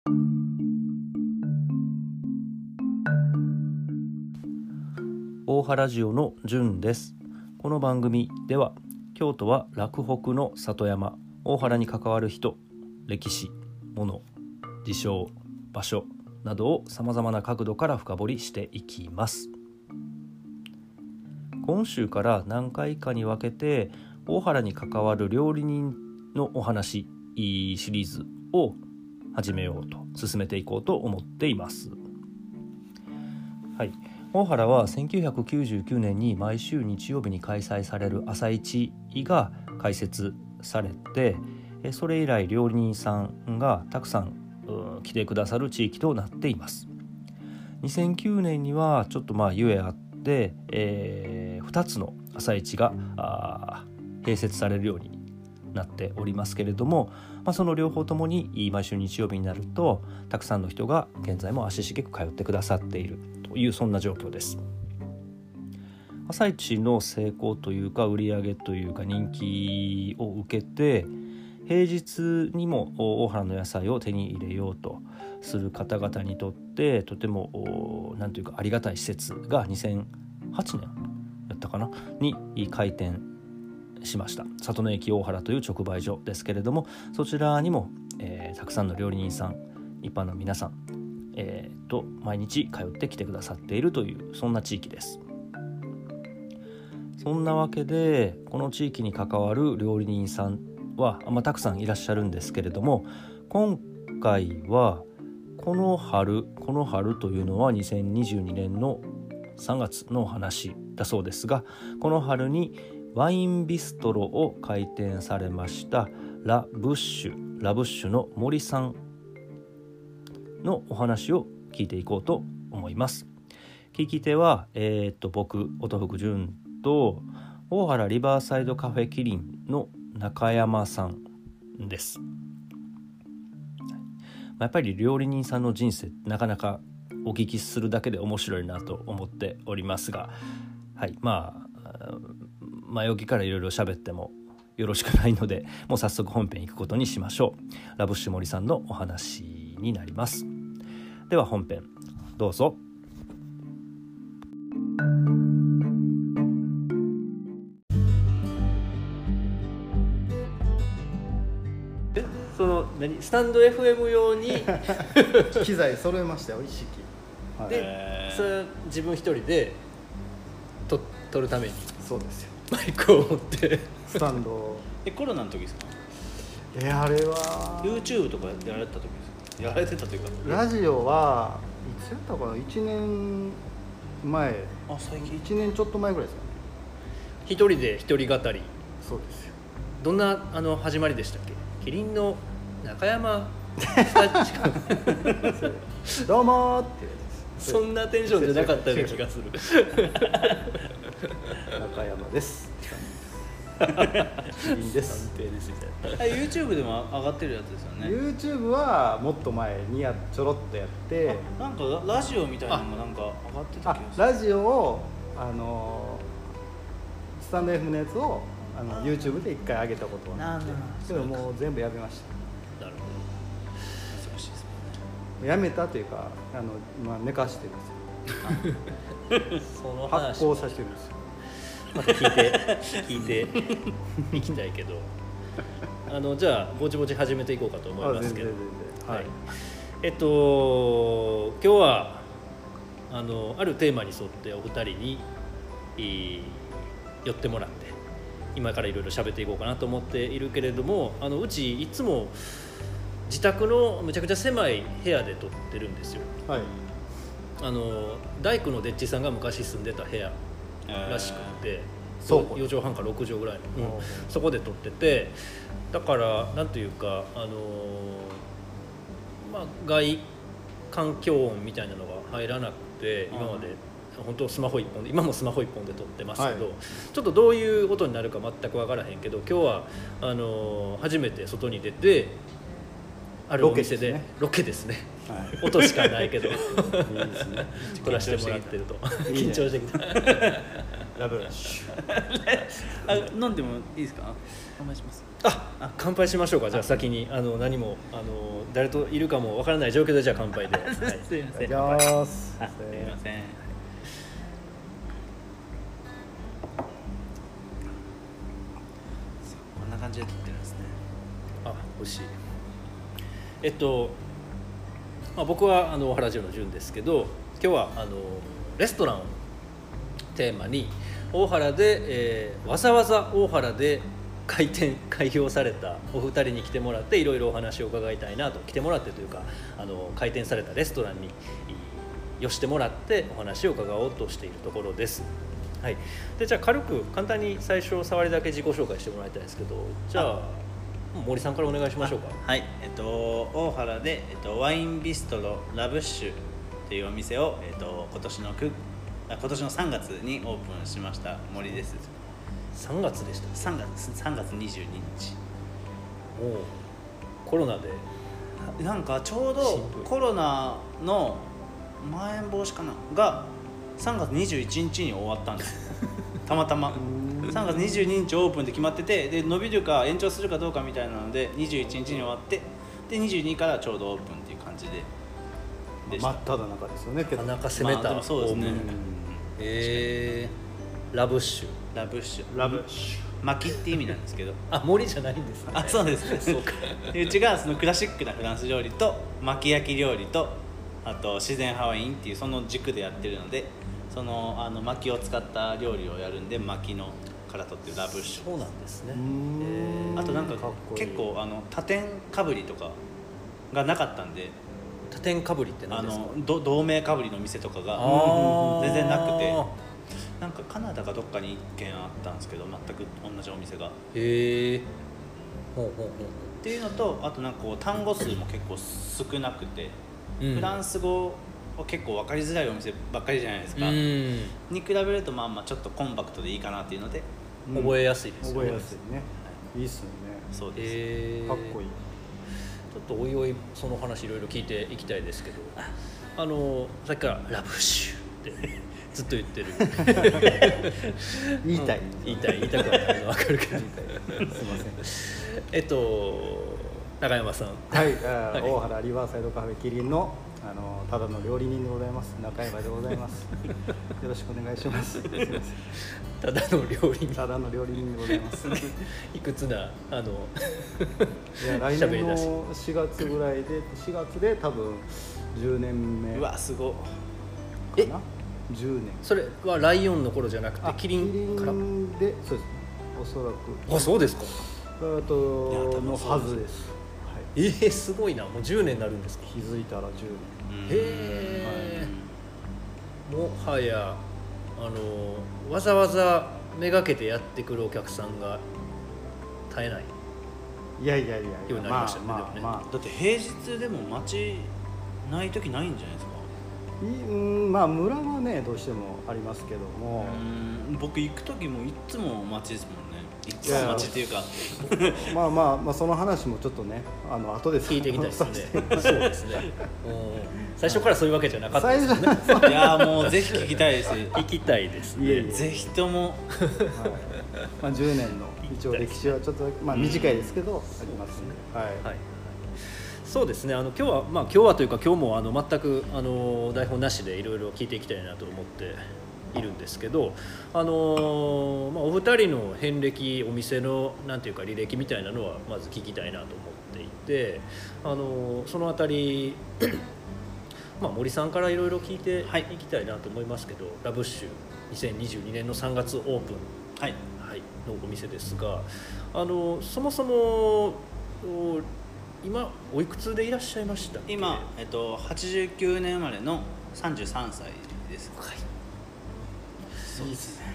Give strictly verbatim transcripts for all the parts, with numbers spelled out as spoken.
大原ラジオのじゅんです。この番組では京都は洛北の里山、大原に関わる人、歴史、物、事象、場所などをさまざまな角度から深掘りしていきます。今週から何回かに分けて大原に関わる料理人のお話シリーズを始めようと進めていこうと思っています。はい、大原はせんきゅうひゃくきゅうじゅうきゅうねんに毎週日曜日に開催される朝市が開設されて、それ以来料理人さんがたくさん来てくださる地域となっています。にせんきゅうねんにはちょっとまあゆえあって、えー、ふたつの朝市が併設されるようになっておりますけれども、まあ、その両方ともに毎週日曜日になるとたくさんの人が現在も足しげく通ってくださっているというそんな状況です。朝市の成功というか売り上げというか人気を受けて、平日にも大原の野菜を手に入れようとする方々にとってとてもなんというかありがたい施設がにせんはちねんやったかなに開店しました。里の駅大原という直売所ですけれども、そちらにも、えー、たくさんの料理人さん、一般の皆さん、えー、と毎日通ってきてくださっているというそんな地域です。そんなわけでこの地域に関わる料理人さんは、まあ、たくさんいらっしゃるんですけれども、今回はこの春この春というのはにせんにじゅうにねんのさんがつの話だそうですが、この春にワインビストロを開店されましたラ・ブッシュラブッシュの森さんのお話を聞いていこうと思います。聞き手は、えー、っと僕音福潤と大原リバーサイドカフェキリンの中山さんです。やっぱり料理人さんの人生なかなかお聞きするだけで面白いなと思っておりますが、はい、まあ前置きからいろいろ喋ってもよろしくないので、もう早速本編行くことにしましょう。ラブッシュ森さんのお話になります。では本編どうぞ。え、その何スタンド エフエム 用に機材揃えましたよ一式。 で、それ自分一人でと撮るためにそうですよ、 マイクを持ってスタンドえコロナの時ですか？ えあれは YouTube とかやられてた時ですか？やられてたというかラジオはいつやったかな、いちねんまえ、 あ最近いちねんちょっと前ぐらいですかね。 一人で一人語り、 そうですよ。 どんなあの始まりでしたっけ？キリンの中山スタジオどうもーってそんなテンションじゃなかったような気がする中山ですキリンです安定ですみたいな。 あ YouTube でも上がってるやつですよね。 YouTube はもっと前にやちょろっとやってあなんかララジオみたいなのもなんか上がってたあ気がする。 ラジオをあのスタンド エフエム のやつをあの YouTube で一回上げたことはあって、けどもう全部やめました。 なるほ難しいですもんね。 やめたというかあの、まあ、寝かしてるんですよど。その発話酵させてるんですよ。 また聞いて聞いていきたいけど、あのじゃあぼちぼち始めていこうかと思いますけど、 あ全然全然、はい、 えっと今日はあのあるテーマに沿ってお二人に、えー、寄ってもらって今からいろいろ喋っていこうかなと思っているけれども、あのうちいつも自宅のむちゃくちゃ狭い部屋で撮ってるんですよ。 はい、 あの大工のデッチさんが昔住んでた部屋らしくて、 そうよじょうはんかろくじょうぐらいの、 うん、 そこで撮ってて、だからなんというか、あのーまあ、外環境音みたいなのが入らなくて、今まで本当スマホ一本で今もスマホ一本で撮ってますけど、はい、ちょっとどういう音になるか全く分からへんけど、今日はあのー初めて外に出てあるお店でロケですね、はい、音しかないけどいいですね撮らせてもらってると緊張してきたラブラッシュあ飲んでもいいですか？乾杯します。 ああ乾杯しましょうか。じゃあ先にあの何もあの誰といるかもわからない状況でじゃあ乾杯で、はい、 すいません。 いただきますあすいません。こんな感じで撮ってるんですね。 あ美味しい。えっと、まあ、僕はあの大原城の潤ですけど、今日はあのレストランをテーマに大原で、えー、わざわざ大原で開店開業されたお二人に来てもらっていろいろお話を伺いたいなと。来てもらってというかあの開店されたレストランに寄してもらってお話を伺おうとしているところです。はい、でじゃあ軽く簡単に最初触りだけ自己紹介してもらいたいんですけど、じゃあ森さんからお願いしましょうか。 はい、えっと大原で、えっと、ワインビストロラブッシュっていうお店を、えっと、今年のくあ今年のさんがつにオープンしました森です。 さんがつでした。 さんがつさんがつにじゅうににち。 もうコロナでなんかちょうどコロナのまん延防止かながさんがつにじゅういちにちに終わったんですたまたまさんがつにじゅうににちオープンで決まってて、で伸びるか延長するかどうかみたいなのでにじゅういちにちに終わって、でにじゅうにからちょうどオープンっていう感じででした。 真っ只中ですよねけどなかなか攻めた、 まあでもそうですね。 オープン。 えラブッシュー、ラブッシュラブッシ巻きって意味なんですけどあ森じゃないんですね。 あそうですねそうかでうちがそのクラシックなフランス料理と巻き焼き料理とあと自然派ワインっていうその軸でやってるので、そのあの薪を使った料理をやるんで薪のから取ってるラブッシュ。 そうなんですね。 ュうーんあとなんかかっこいい結構あの多点かぶりとかがなかったんで、 多点かぶりってあ何ですか？ のど同名かぶりの店とかがあー全然なくて、なんかカナダかどっかにいっけんあったんですけど全く同じお店が。 へえ。ほうほうほっていうのと、あとなんかこう単語数も結構少なくて、 う、うん、 フランス語は結構分かりづらいお店ばっかりじゃないですか、 うん、 に比べるとまあまあちょっとコンパクトでいいかなっていうので、 うん覚えやすいですよね。 覚えやすいねいいっすよねそうです、 へえ。 かっこいいちょっとおいおいその話いろいろ聞いていきたいですけど、あのさっきからラブッシュってずっと言ってる言いたい、 うん言いたい言いたくはないの分かるけどすいませんえっと中山さん、 はい、あーはい大原リバーサイドカフェキリンのあのただの料理人でございます中山でございますよろしくお願いしますすいませんただの料理人ただの料理人でございますいくつなあのいや来年喋り出しのしがつぐらいでしがつで多分じゅうねんめうわすごっ。 えかなじゅうねんそれはライオンの頃じゃなくてあキリンからキリンでそうですおそらくあそうですか。 あいや多との分そうはずです、はい、 えー、すごいな。もうじゅうねんになるんですか。 気づいたらじゅううんへえ、もはやあのわざわざめがけてやってくるお客さんが絶えない。 ねんいやいやいやいようやになりましたねまあでもねまあまあだって平日でも待ちない時ないんじゃないですか。 いうんまあ村はねどうしてもありますけども、 うん僕行く時もいつも待ちですもんね。いつも待ちっていうかまあまあまあその話もちょっとねあの後で聞いていきたいですねさせてそうですね、うん、最初からそういうわけじゃなかったですよね。 最初いやーもうぜひ聞きたいです聞きたいですね。 いえいえぜひともはいまあじゅうねんの一応歴史はちょっとまあ短いですけど、ありますね。はい。 はい、そうですね。あの今日はまあ今日はというか今日もあの全くあの台本なしでいろいろ聞いていきたいなと思っているんですけど、あのまあお二人の遍歴、お店のなんていうか履歴みたいなのはまず聞きたいなと思っていて、あのそのあたりまあ森さんからいろいろ聞いていきたいなと思いますけど、ラブッシュにせんにじゅうにねんのさんがつオープン。 はいはいのお店ですが、あのそもそもお今おいくつでいらっしゃいましたっけ？ 今、えっと、はちじゅうきゅうねん生まれのさんじゅうさんさいです。 はい、 そうですね。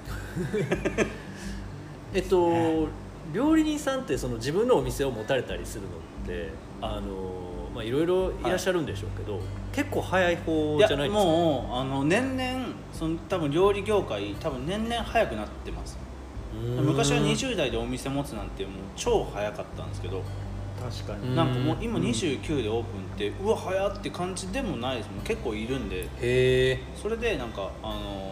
えっと料理人さんってその自分のお店を持たれたりするのってあのまあいろいろいらっしゃるんでしょうけど、はい、結構早い方じゃないですか？ もうあの年々その多分料理業界多分年々早くなってます。昔はにじゅうだいでお店持つなんてもう超早かったんですけど、 確かに。 なんかもう今にじゅうきゅうでオープンってうわ早って感じでもないですもん。結構いるんで、 へえ。 それでなんかあの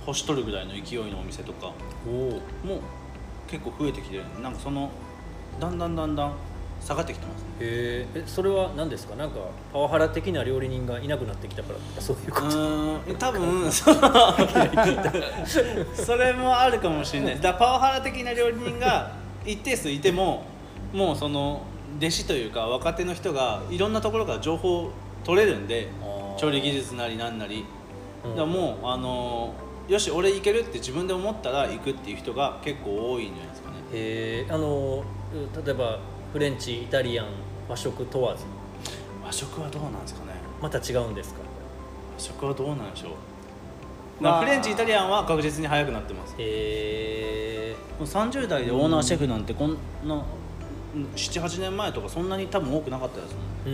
星取るぐらいの勢いのお店とかも結構増えてきてる。なんかそのだんだんだんだん下がってきてますね。 へえ。それは何ですか？なんかパワハラ的な料理人がいなくなってきたからとかそういうこと？うーん多分そのそれもあるかもしれないです。だからパワハラ的な料理人が一定数いてももうその弟子というか若手の人がいろんなところから情報取れるんで、調理技術なりなんなり、だからもうあのよし俺いけるって自分で思ったら行くっていう人が結構多いんじゃないですかね。 へえ。あの例えばフレンチ、イタリアン、和食問わず和食はどうなんですかね。 また違うんですか？ 和食はどうなんでしょう、まあ、フレンチ、イタリアンは確実に早くなってます。 へえ。 さんじゅう代でオーナーシェフなんてこんななな、はちねんまえとかそんなに多分多くなかったですもん。 うん。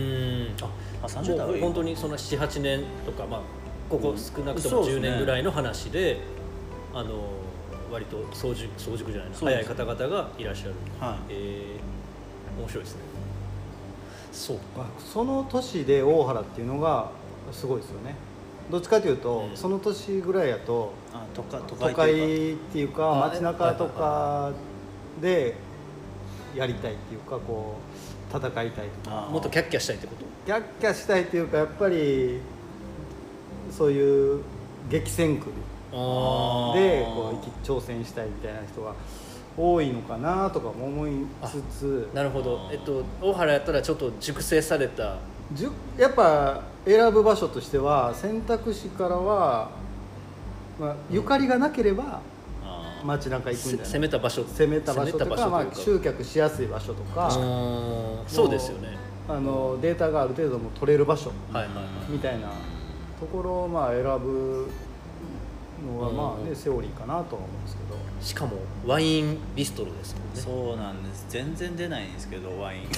あ、さんじゅう代はもう本当にそのなな、はちねんとか、まあ、ここ少なくともじゅうねんぐらいの話で、うん、あの割と早熟、早熟じゃないな、早い方々がいらっしゃる。はい。えー、面白いですね。そうか。 その年で大原っていうのがすごいですよね。どっちかというと、うん、その年ぐらいやとあ都会、 都会っていうか街中とかでやりたいっていうかこう戦いたいとか、 もっとキャッキャしたいってこと？ キャッキャしたいっていうかやっぱりそういう激戦区でこう挑戦したいみたいな人が多いのかなとかも思いつつ。 なるほど。えっと大原やったらちょっと熟成されたやっぱ選ぶ場所としては選択肢からは、まあ、ゆかりがなければ街中行くんじゃない、 攻めた場所攻めた場所とか、まあ、集客しやすい場所とか、 そうですよね。 あのデータがある程度も取れる場所みたいなところをまあ選ぶのがまあねセオリーかなとは思うんですけど。 しかもワインビストロですもんね。 そうなんです。全然出ないんですけどワイン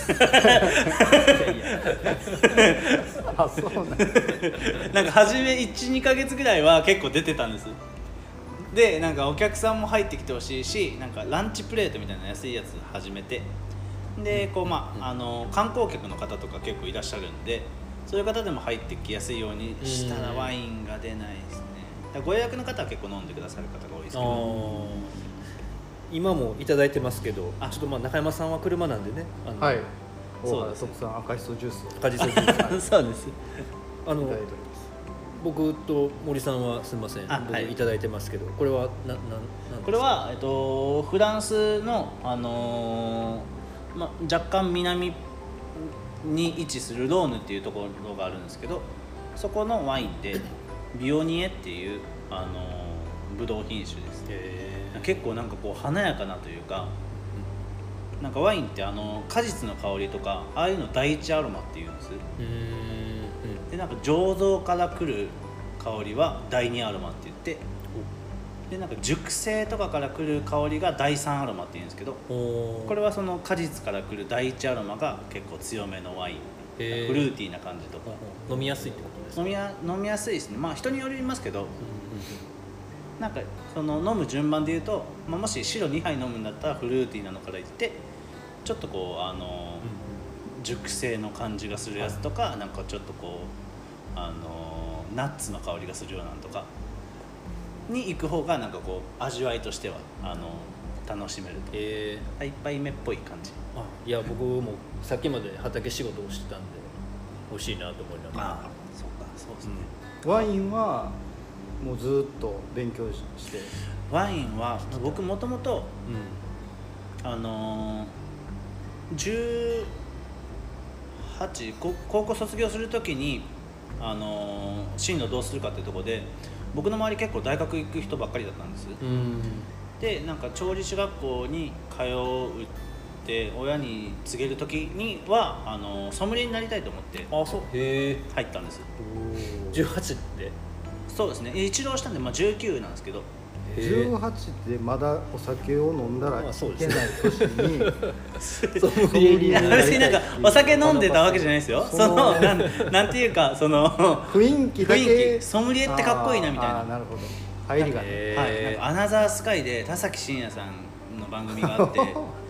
あ、そうなんなんか初め いちにかげつぐらいは結構出てたんです。でなんかお客さんも入ってきてほしいし、なんかランチプレートみたいな安いやつ始めて、でこうまああの観光客の方とか結構いらっしゃるんで、そういう方でも入ってきやすいようにしたらワインが出ないですね。ご予約の方は結構飲んでくださる方が多いですけど、 今もいただいてますけど、ちょっとまあ中山さんは車なんでね、 あの、はい、そうです。特産赤しそジュース赤しそジュースそうです。 あの僕と森さんはすみません、僕いただいてますけど、これはなななんこれはえっとフランスのあのー、まあ若干南に位置するローヌっていうところがあるんですけど、そこのワインでビオニエっていうあのブドウ品種です。結構なんかこう華やかなというか、なんかワインってあの果実の香りとかああいうの第一アロマっていうんです。でなんか醸造から来る香りは第二アロマって言って、でなんか熟成とかから来る香りが第三アロマって言うんですけど、これはその果実から来る第一アロマが結構強めのワイン、フルーティーな感じとか飲みやすいってことですか？ 飲みや、飲みやすいですね。まあ人によりますけど、なんかその飲む順番で言うと、まあ、もし白にはい飲むんだったらフルーティーなのからいってちょっとこうあの、うん、熟成の感じがするやつとか、はい、なんかちょっとこうあのナッツの香りがするようなのとかに行く方がなんかこう味わいとしてはあの楽しめると、えー、一杯目っぽい感じ。 あ、いや僕もさっきまで畑仕事をしてたんで美味しいなと思いながら。 ああ、そうか、そうですね、 うん、ワインはもうずっと勉強して。 ワインは僕もともとあのー、じゅうはち高校卒業するときにあのー、進路どうするかっていうところで僕の周り結構大学行く人ばっかりだったんです。うん、でなんか調理師学校に通うって親に告げるときにはあのー、ソムリエになりたいと思って入ったんです。 じゅうはちでそうですね、一浪したんで、まあ、じゅうきゅうなんですけど、 じゅうはちでまだお酒を飲んだらいけない年にソムリエになりたい。別になんかお酒飲んでたわけじゃないですよ。そのなんなんていうかその雰囲気だけソムリエってかっこいいなみたいな。 あ、なるほど。入りがね。 はい、なんかアナザースカイで田崎真也さんの番組があって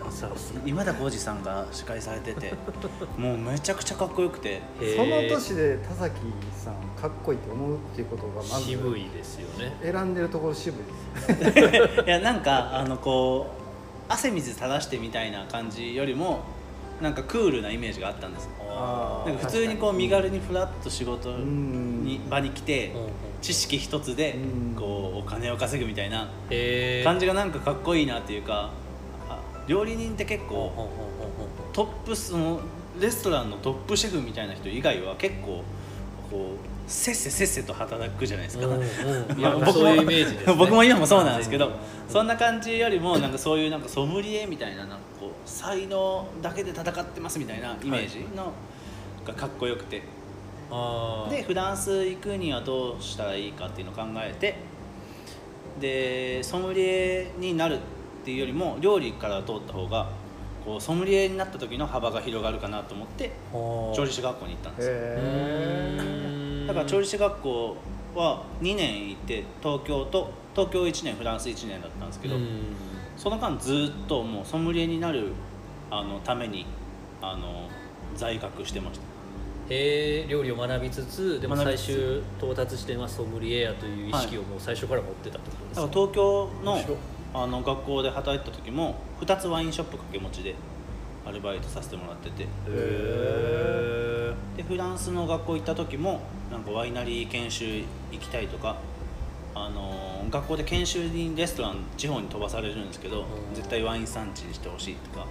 今田耕司さんが司会されててもうめちゃくちゃかっこよくてその年で田崎さんかっこいいと思うっていうことがまず渋いですよね。 選んでるところ渋いですいやなんかあのこう汗水垂らしてみたいな感じよりもなんかクールなイメージがあったんです。 あなんか普通にこう身軽にフラッと仕事に場に来て知識一つでこうお金を稼ぐみたいな感じがなんかかっこいいなっていうか、料理人って結構トップそのレストランのトップシェフみたいな人以外は結構こうせっせせっせと働くじゃないですか。 そういうイメージですね。 僕も今もそうなんですけど、そんな感じよりもなんかそういうなんかソムリエみたいな、なんかこう才能だけで戦ってますみたいなイメージのがかっこよくて、 あでフランス行くにはどうしたらいいかっていうのを考えて、でソムリエになるっていうよりも料理から通った方がこうソムリエになった時の幅が広がるかなと思って調理師学校に行ったんですよ。 へだから調理師学校はにねんいて、東京と東京いちねんフランスいちねんだったんですけど、その間ずっともうソムリエになるあのためにあの在学してました。 へえ、料理を学びつつでも最終到達してはソムリエやという意識をもう最初から持ってたってことですか。 だから東京のあの学校で働いた時もふたつワインショップ掛け持ちでアルバイトさせてもらってて、 へでフランスの学校行った時もなんかワイナリー研修行きたいとか、あの学校で研修にレストラン地方に飛ばされるんですけど、絶対ワイン産地にしてほしいとか。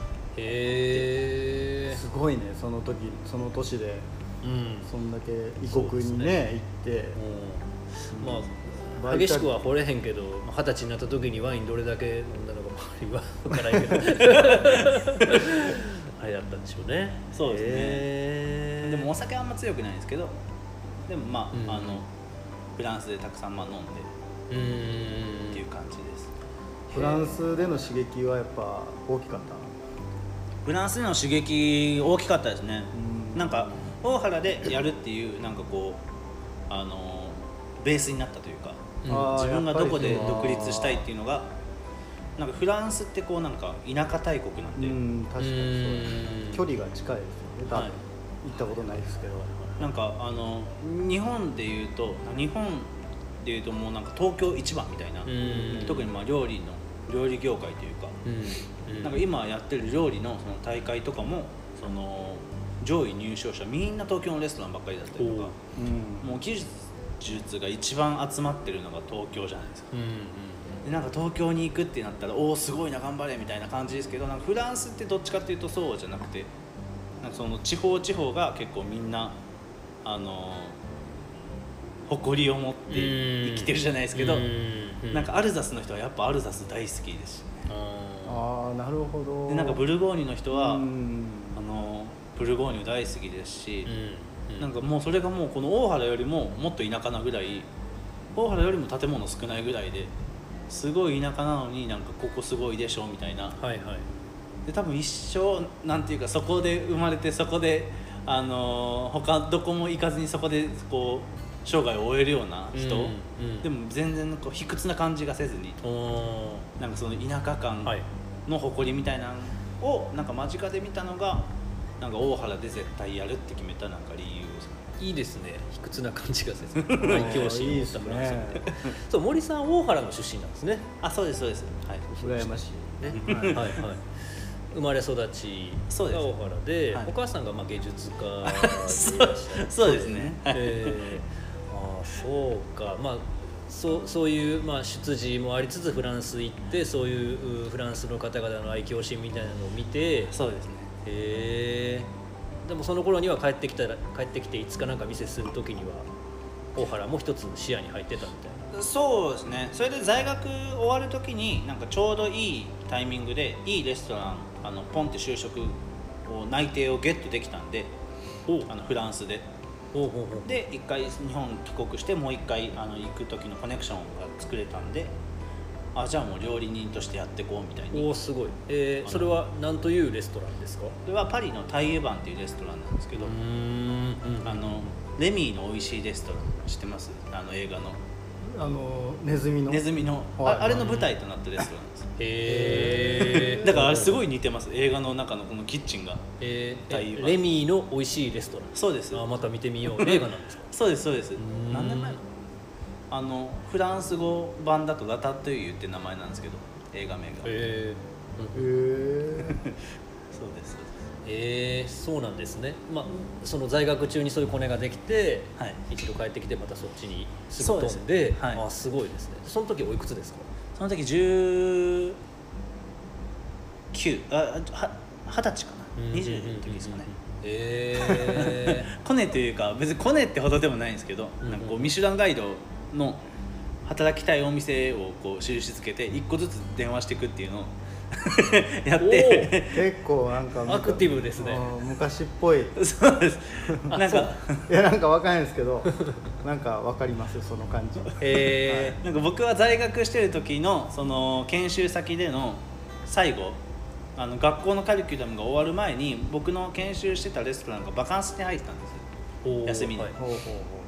へえ、 すごいね、その時その年でうんそんだけ異国にね行って、 まあ激しくは掘れへんけど、二十歳になった時にワインどれだけ飲んだのか周りは分からんけどあれだったんでしょうね。 そうですね、 へーでもお酒はあんま強くないんですけど、でもまあ、 うん、 あのフランスでたくさんまあ飲んでうーんっていう感じです。 フランスでの刺激はやっぱ大きかった。 フランスでの刺激大きかったですね。 うんなんか大原でやるっていうなんかこうあのベースになったというか、 あー自分がどこでやっぱり独立したいっていうのが、なんかフランスってこうなんか田舎大国なんで、 うん確かにそうですうん距離が近いですよね多分、 はい行ったことないですけど、 なんかあの日本でいうと日本でいうともうなんか東京一番みたいな、 うん特にまあ料理の料理業界というか、 うんうん、 なんか今やってる料理のその大会とかもその上位入賞者みんな東京のレストランばっかりだったりとか、 うんもう技術が一番集まってるのが東京じゃないですか。 うんうんでなんか東京に行くってなったらおおすごいな頑張れみたいな感じですけど、なんかフランスってどっちかっていうとそうじゃなくて、なんかその地方地方が結構みんなあの誇りを持って生きてるじゃないですけど、なんかアルザスの人はやっぱアルザス大好きですし、 ああなるほど。 でなんかブルゴーニュの人は、 うんあのブルゴーニュ大好きですし、 うんうん、 なんかもうそれがもうこの大原よりももっと田舎なぐらい、大原よりも建物少ないぐらいですごい田舎なのになんかここすごいでしょみたいな。 はいはい、 で多分一生なんていうかそこで生まれてそこであの他どこも行かずにそこでこう生涯を終えるような人、 うんうん、 でも全然こう卑屈な感じがせずに、 おなんかその田舎感はいの誇りみたいなのをなんか間近で見たのがなんか大原で絶対やるって決めたなんか理由ですね。 いいですね、卑屈な感じがせず愛嬌心を持ったフランスいいみたいな。 ですねそう、森さん大原の出身なんですね。 あ、そうですそうです。はい。 羨ましい。 ね、はいはい。生まれ育ちそうですが大原で、 はいお母さんがまあ芸術家でいらっしゃる。 そうですね。 えー、ああそうか、まあそうそういうまあ出自もありつつフランス行ってそういうフランスの方々の愛嬌心みたいなのを見て、 そうですね。 へえ。でもその頃には帰ってきたら帰ってきていつかなんか店する時には大原も一つ視野に入ってたみたいな。 そうですね。それで在学終わる時になんかちょうどいいタイミングでいいレストランあのポンって就職を内定をゲットできたんで、あのフランスで。 ほうほうほう。 で一回日本帰国してもう一回あの行く時のコネクションが作れたんで、あじゃあもう料理人としてやっていこうみたいに。 おおすごい。えー、それは何というレストランですか？ これはパリのタイユバンっていうレストランなんですけど、 うーん、 あのレミーの美味しいレストラン知ってます？あの映画の。 あのネズミのネズミの、 はい、 あ, あれの舞台となったレストランです。 へだからあれすごい似てます。映画の中のこのキッチンが。 えー、レミーの美味しいレストラン。 そうです。 あ、また見てみよう。映画なんですか？ そうですそうです。何年前の？あのフランス語版だとラタトゥイユって名前なんですけど、映画名が。へえー、へーそうですそうです。 えー、そうなんですね。まあその在学中にそういうコネができて、はい、一度帰ってきてまたそっちにすぐ飛んで、はい、あ、すごいですね。その時おいくつですか？ その時じゅうきゅう、あ、は二十歳かな、にじゅうの時ですかね。 えー、 コネというか別にコネってほどでもないんですけど、うんうん、なんかこうミシュランガイドの働きたいお店をこう印つけていっこずつ電話していくっていうのをやって結構なんかアクティブですね。 昔っぽい。 そうです。なんかいやなんかわかんないですけどなんかわかりますよその感じ。 えー、なんか僕は在学してる時のその研修先での最後、あの学校のカリキュラムが終わる前に僕の研修してたレストランがバカンスに入ったんですよ、休みに、はい、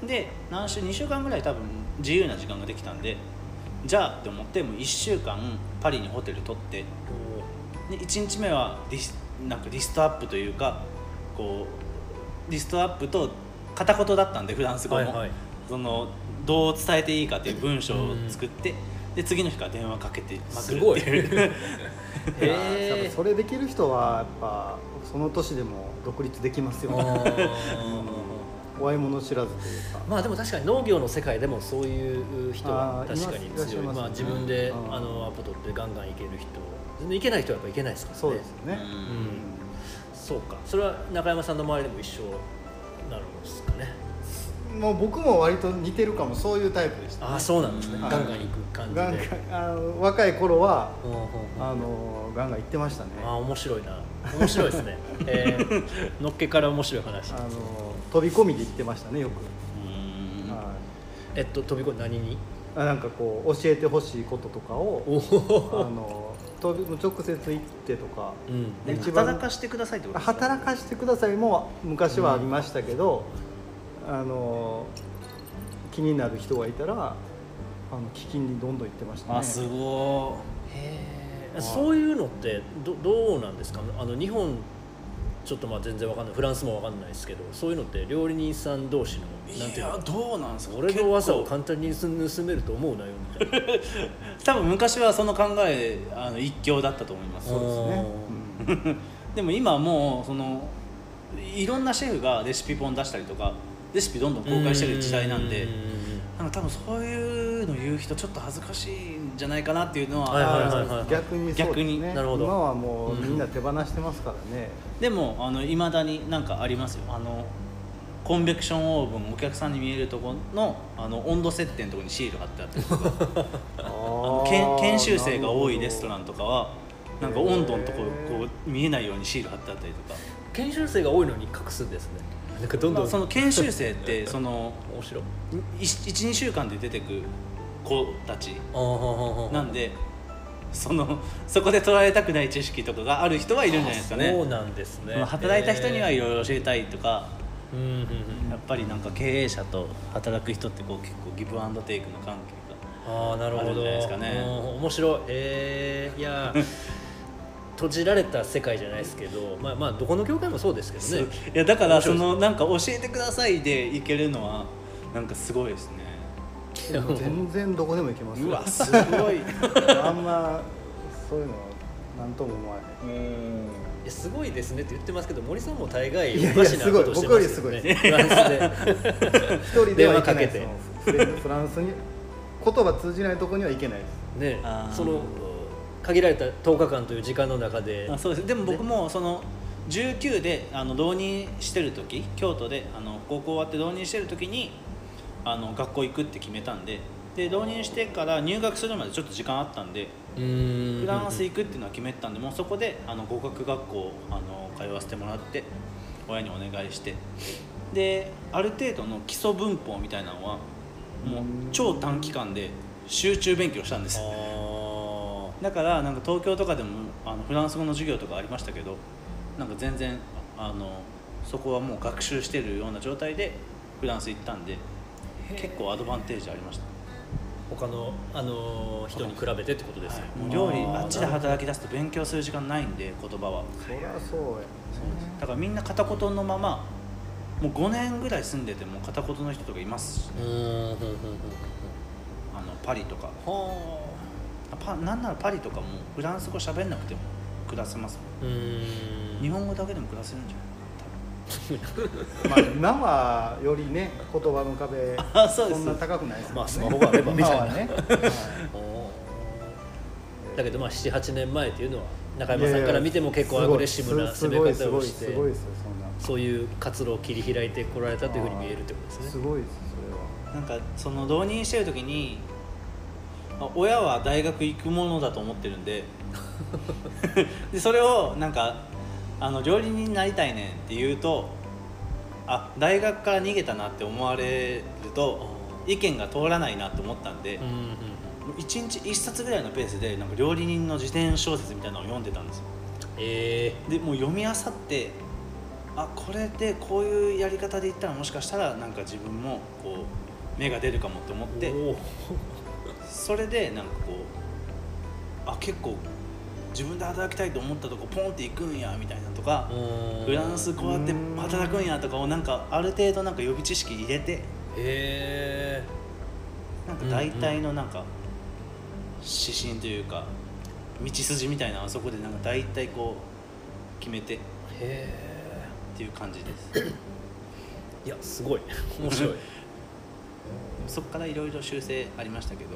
で何週にしゅうかんぐらい多分自由な時間ができたんで、じゃあって思ってもういっしゅうかんパリにホテル取って、でいちにちめはリスなんかリストアップというかこうリストアップと片言だったんでフランス語も、はいはい、そのどう伝えていいかという文章を作って、で次の日から電話かけてまくるっていうへーそれできる人はやっぱその年でも独立できますよね怖いもの知らずというか。 まあでも確かに農業の世界でもそういう人は確かに強い。まあ自分であのアポ取ってガンガンいける人、全然いけない人はやっぱいけないですからね。 そうですよね。うん、 そうか。それは中山さんの周りでも一緒なるんですかね。 もう僕も割と似てるかも、そういうタイプでした、ね。 ああ、そうなんですね。ガンガン行く感じで。ガンガンあの若い頃は、うんうんうん、あのガンガン行ってましたね。 ああ、面白いな。面白いですね。えー、のっけから面白い話。 あの飛び込みで行ってましたね、よく。 うん、はい、えっと飛び込み何に？ あ、なんかこう教えてほしいこととかをあの直接行ってとか、 うん、一番働かしてくださいってことですか？ 働かしてくださいも昔はありましたけど、うん、あの気になる人がいたらあの聞きにどんどん行ってましたね。 あ、すごい。へえ。そういうのってどどうなんですか？あの日本ちょっとまあ全然わかんない、フランスもわかんないですけど、そういうのって料理人さん同士のなんていうの、いやどうなんですか？ 俺の技を簡単に盗めると思うなよみたいな多分昔はその考えあの一強だったと思います。 そうですね、うん、 でも今はもうそのいろんなシェフがレシピ本出したりとかレシピどんどん公開してる時代なんで、なんか多分そういうの言う人ちょっと恥ずかしいんじゃないかなっていうのは逆にそうですね。 なるほど。 今はもうみんな手放してますからね、 うん、でもあの未だになんかありますよ。あのコンベクションオーブンお客さんに見えるところ の, あの温度設定のところにシール貼ってあったりとかあの研修生が多いレストランとかはなんか温度のところこう見えないようにシール貼ってあったりとか。 研修生が多いのに隠すんですね。なんかどんどん、 まあ、その研修生ってその面白いいちにしゅうかんで出てく子たちなんで、そのそこで取られたくない知識とかがある人はいるんじゃないですかね。 そうなんですね。 働いた人にはいろいろ教えたいとか、うんうんうん、やっぱりなんか経営者と働く人ってこう結構ギブアンドテイクの関係があるんじゃないですかね。 面白い。えー、いや閉じられた世界じゃないですけど、まあまあどこの業界もそうですけどね。 いやだからそのなんか教えてくださいでいけるのはなんかすごいですね。 全然どこでも行けますよ。 うわすごいあんまそういうのなんとも思わない。うん、いやすごいですねって言ってますけど、森さんも大概おかしなことしてますよね。フランスで一人では行けないです。フランスに言葉通じないところには行けないですね。その限られたとおかかんという時間の中で。 あ、そうです。でも僕もそのじゅうきゅうであの浪人してる時、京都であの高校終わって浪人してる時にあの学校行くって決めたんで、で浪人してから入学するまでちょっと時間あったんで、うーんフランス行くっていうのは決めてたんで、もうそこであの語学学校あの通わせてもらって親にお願いして、である程度の基礎文法みたいなのはもう超短期間で集中勉強したんです。だからなんか東京とかでもあのフランス語の授業とかありましたけど、なんか全然あのそこはもう学習してるような状態でフランス行ったんで、結構アドバンテージありました。 他の、あのー、人に比べてってことですか。 もう料理あっちで働き出すと勉強する時間ないんで、言葉は。 そりゃそうやね。 だからみんな片言のままもうごねんぐらい住んでても片言の人とかいますし、ね、 うんうんうんうんうん、 あのパリとかはパなんならパリとかもフランス語喋んなくても暮らせますもん。 うーん、 日本語だけでも暮らせるんじゃないまあ今はよりね言葉の壁あそうですそんな高くないですもんね。 まあスマホがあればみたいな今はね。 だけどまあななはちねんまえっていうのは中山さんから見ても結構アグレッシブな攻め方をして、 すごいすごいですよそんな。 そういう活路を切り開いてこられたというふうに見えるってことですね。 すごいですそれは。 なんかその浪人してる時に親は大学行くものだと思ってるんででそれをなんかあの料理人になりたいねんって言うと、あ大学から逃げたなって思われると意見が通らないなって思ったんで、 うんうんうん、 いちにちいっさつぐらいのペースでなんか料理人の自伝小説みたいなのを読んでたんですよ。 えでもう読み漁って、あこれでこういうやり方でいったらもしかしたらなんか自分もこう芽が出るかもって思ってー、 それでなんかこうあ結構自分で働きたいと思ったとこポンって行くんやみたいなとか、フランスこうやって働くんやとかをなんかある程度なんか予備知識入れて、 へなんか大体のなんか指針というか道筋みたいなのはそこでなんか大体こう決めてっえていう感じです。 いやすごい面白いそこからいろいろ修正ありましたけど、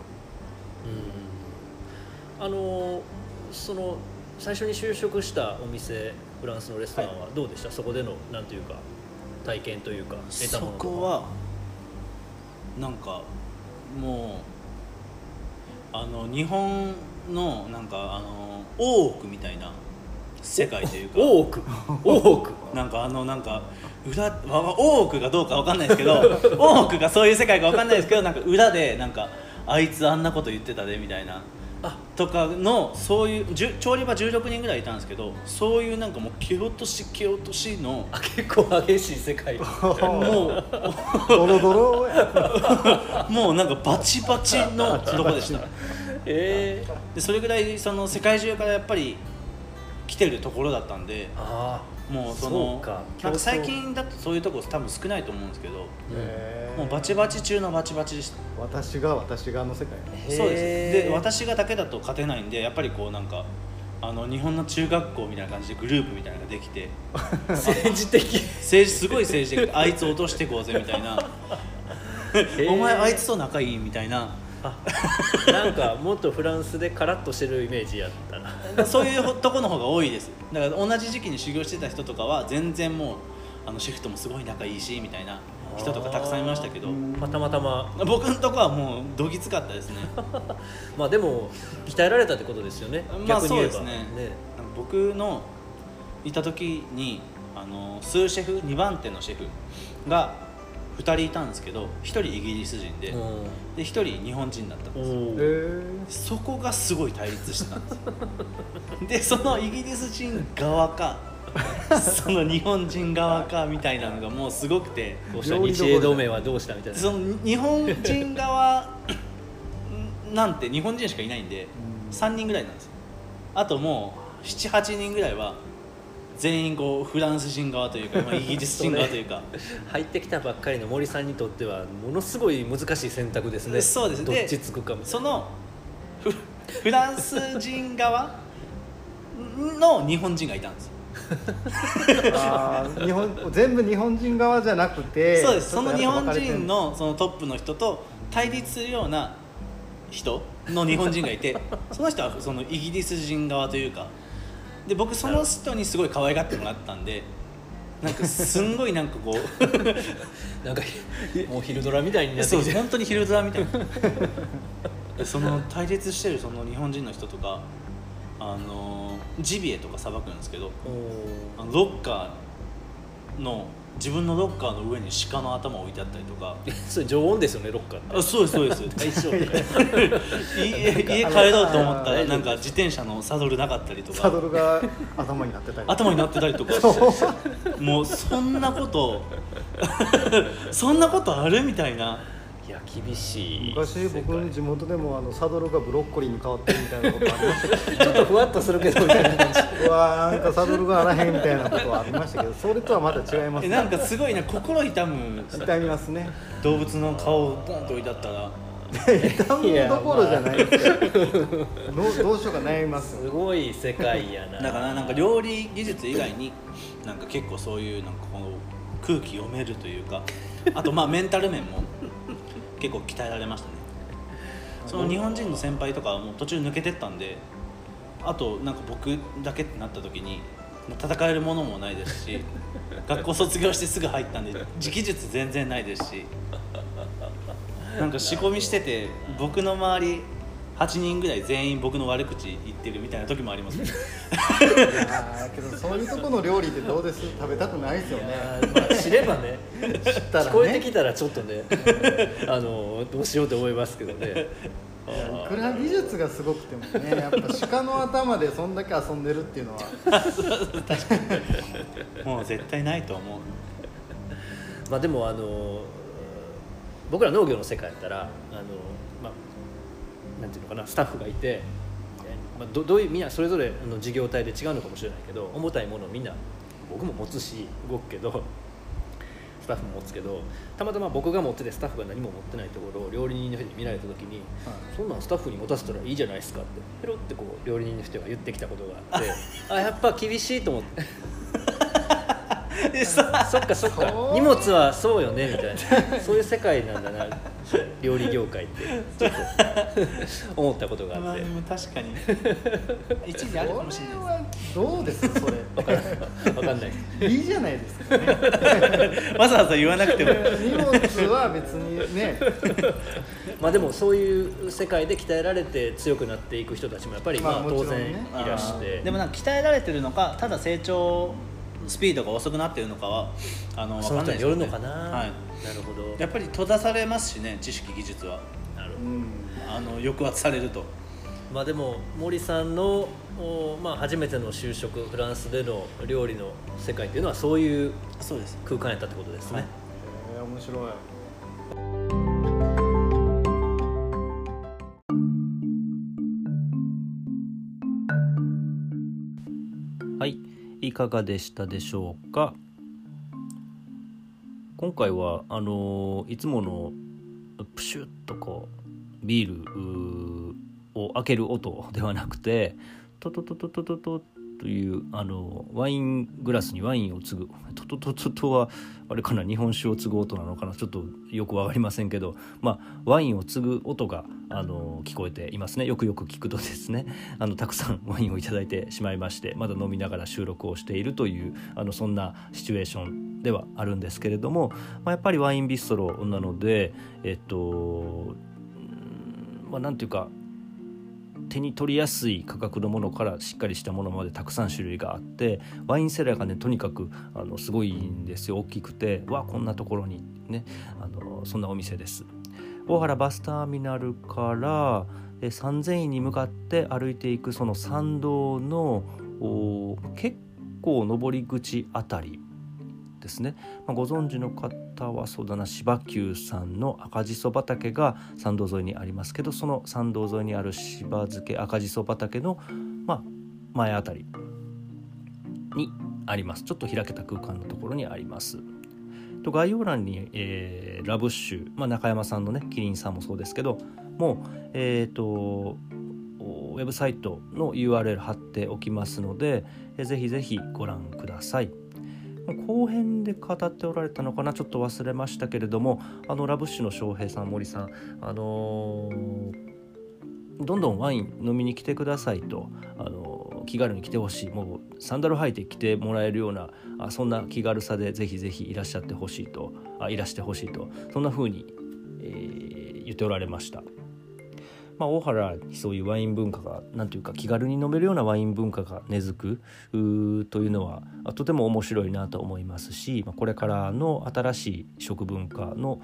うん、あのその最初に就職したお店フランスのレストランはどうでした、はい、そこでのなんというか体験というか得たものとか。 そこはなんかもうあの日本のなんかあの大奥みたいな世界というか大奥大奥なんかあのなんか裏大奥がどうかわかんないですけど大奥がそういう世界かわかんないですけど、なんか裏でなんかあいつあんなこと言ってたでみたいなあとかのそういう調理場じゅうろくにんぐらいいたんですけど、そういうなんかもう蹴落とし蹴落としのあ結構激しい世界もうドロドロや。 もうなんかバチバチのとこでした。 えー、 でそれぐらいその世界中からやっぱり来てるところだったんで、 あもうそそうのかなんか最近だとそういうとこ多分少ないと思うんですけど、 へーもうバチバチ中のバチバチでした。 私が私がの世界。 そうです。 へーで私がだけだと勝てないんで、やっぱりこうなんかあの日本の中学校みたいな感じでグループみたいなのができて政治的政治すごい政治的あいつ落としてこうぜみたいなお前あいつと仲いいみたいなあなんかもっとフランスでカラッとしてるイメージやったなそういうとこの方が多いです。だから同じ時期に修行してた人とかは全然もうあのシェフともすごい仲いいしみたいな人とかたくさんいましたけど、 まあたまたま僕のとこはもうどぎつかったですねまあでも鍛えられたってことですよね、 まあ逆に言えばそうですね僕のいた時にあのスーシェフにばん手のシェフがふたりいたんですけど、ひとりイギリス人で、でひとり日本人だったんですよ。 へそこがすごい対立してたんですでそのイギリス人側かその日本人側かみたいなのがもうすごくて、 どうした日英同盟はどうしたみたいな。 その日本人側なんて日本人しかいないんでさんにんぐらいなんですよ。あともうななはちにんぐらいは全員こうフランス人側というか、まあ、イギリス人側というか入ってきたばっかりの森さんにとってはものすごい難しい選択ですね。 そうですね。 どっちつくかみたいな。 そのフ, フランス人側の日本人がいたんですよあ日本全部日本人側じゃなくて、 そうです。その日本ちょっとやっぱ分かれてん人のそのトップの人と対立するような人の日本人がいてその人はそのイギリス人側というかで、僕その人にすごい可愛がってもらったんで、なんかすんごいなんかこうなんかもう昼ドラみたいになってそうきて本当に昼ドラみたいなでその対立してるその日本人の人とかあのジビエとかさばくんですけど、あのロッカーの自分のロッカーの上に鹿の頭を置いてあったりとかそれ常温ですよね、ロッカーって。 あそうですそうです大丈夫家家帰ろうと思ったらなんか自転車のサドルなかったりとかサドルが頭になってたり頭になってたりとかもうそんなことそんなことあるみたいな。 いいや厳しい。 昔僕の地元でもあのサドルがブロッコリーに変わってるみたいなことありましたけど、ね、 ちょっとふわっとするけどみたいな感じうわなんかサドルがあらへんみたいなことはありましたけど、それとはまた違いますね。 なんかすごいな、心痛む痛みますね。 動物の顔をドンと置いてあったら痛むどころじゃないですよどうどうしようか悩みますすごい世界やな。 だからなんか料理技術以外になんか結構そういうなんかこの空気読めるというか、あとまあメンタル面も結構鍛えられましたね。その日本人の先輩とかはもう途中抜けてったんで、あとなんか僕だけってなった時に戦えるものもないですし学校卒業してすぐ入ったんで直術全然ないですし、なんか仕込みしてて僕の周りはちにんぐらい全員僕の悪口言ってるみたいな時もありますねあけどそういうとこの料理ってどうです？食べたくないですよね。 まあ、知ればね知ったらね、 聞こえてきたらちょっとねあのどうしようと思いますけどね。 いくら技術がすごくてもね、やっぱ鹿の頭でそんだけ遊んでるっていうのは確かにもう絶対ないと思う。 まあでもあの僕ら農業の世界やったらあの、まあ、なんていうのかな、スタッフがいて、まあ、ど, どういうみんなそれぞれの事業体で違うのかもしれないけど、重たいものをみんな僕も持つし動くけどスタッフも持つけど、たまたま僕が持っててスタッフが何も持ってないところを料理人の人に見られた時に、はい、そんなんスタッフに持たせたらいいじゃないですかってペロってこう料理人の人が言ってきたことがあってあやっぱ厳しいと思ってそっかそっか荷物はそうよねみたいなそういう世界なんだな料理業界ってちょっと思ったことがあって、まあ、 でも確かに一時あるかもしれないです。 それはどうですそれ分からん分かんないいいじゃないですかねわざわざ言わなくても荷物は別にねまあでもそういう世界で鍛えられて強くなっていく人たちもやっぱりまあ当然いらして、 でもなんか鍛えられてるのかただ成長スピードが遅くなっているのかはあの分かんないですよね。 その人によるのかな、はい、なるほど。 やっぱり閉ざされますしね、知識技術は。 なるほど、 うん、あの抑圧されると。 まあでも森さんの、まあ、初めての就職フランスでの料理の世界っていうのはそういう空間やったってことですね。はい、 へー面白い。 はい、いかがでしたでしょうか。今回はあのいつものプシュッとこうビールを開ける音ではなくてトトトトトトトというあのワイングラスにワインを継ぐトトトトトはあれかな、日本酒を継ぐ音なのかな、ちょっとよくわかりませんけど、まあワインを継ぐ音があの聞こえていますね。よくよく聞くとですね、あのたくさんワインをいただいてしまいまして、まだ飲みながら収録をしているというあのそんなシチュエーションではあるんですけれども、まあ、やっぱりワインビストロなのでえっとまあなんていうか手に取りやすい価格のものからしっかりしたものまでたくさん種類があって、ワインセラーがねとにかくあのすごいんですよ。大きくてわこんなところにね、あのそんなお店です。大原バスターミナルからえ三千院に向かって歩いていくその参道の結構上り口あたりですね、まあ、ご存知の方はそうだな、芝久さんの赤じそ畑が参道沿いにありますけど、その参道沿いにある芝漬け赤じそ畑の、まあ、前あたりにあります。ちょっと開けた空間のところにあります。と概要欄に、えー、ラブッシュ、まあ、中山さんのねキリンさんもそうですけどもう、えーとウェブサイトの ユーアールエル 貼っておきますので、えー、ぜひぜひご覧ください。後編で語っておられたのかな、ちょっと忘れましたけれども、あのラブッシュの翔平さん森さん、あのー、どんどんワイン飲みに来てくださいと、あのー、気軽に来てほしい、もうサンダル履いて来てもらえるようなあそんな気軽さでぜひぜひいらっしゃってほしいとあいらしてほしいと、そんな風に、えー、言っておられました。まあ、大原にそういうワイン文化がなんていうか気軽に飲めるようなワイン文化が根付くというのはとても面白いなと思いますし、まあ、これからの新しい食文化の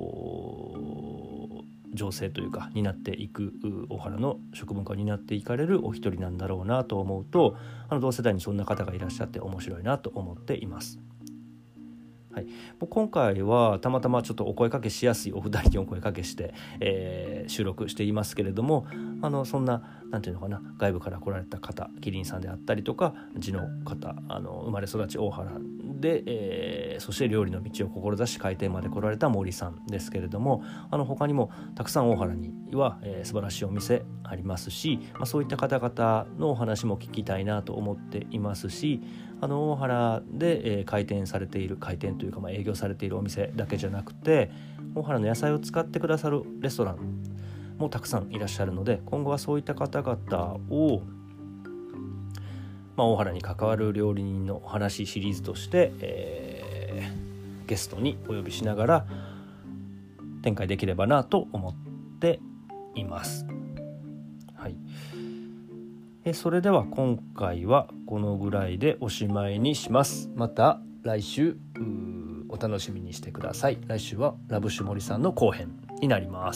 情勢というか担っていく大原の食文化を担っていかれるお一人なんだろうなと思うと、あの同世代にそんな方がいらっしゃって面白いなと思っています。 はい、今回はたまたまちょっとお声かけしやすいお二人にお声かけして、えー、収録していますけれども、あのそんななんていうのかな、外部から来られた方、キリンさんであったりとか地の方、あの生まれ育ち大原で、えー、そして料理の道を志し開店まで来られた森さんですけれども、あの他にもたくさん大原には、えー、素晴らしいお店ありますし、まあ、そういった方々のお話も聞きたいなと思っていますし、あの大原で、えー、開店されている開店というか、まあ、営業されているお店だけじゃなくて、大原の野菜を使ってくださるレストランもたくさんいらっしゃるので、今後はそういった方々を、まあ、大原に関わる料理人のお話シリーズとして、えー、ゲストにお呼びしながら展開できればなと思っています。はい、えそれでは今回はこのぐらいでおしまいにします。また来週お楽しみにしてください。来週はラブシュ森さんの後編になります。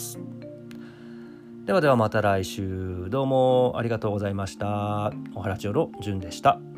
ではではまた来週、どうもありがとうございました。おはらちおろじゅんでした。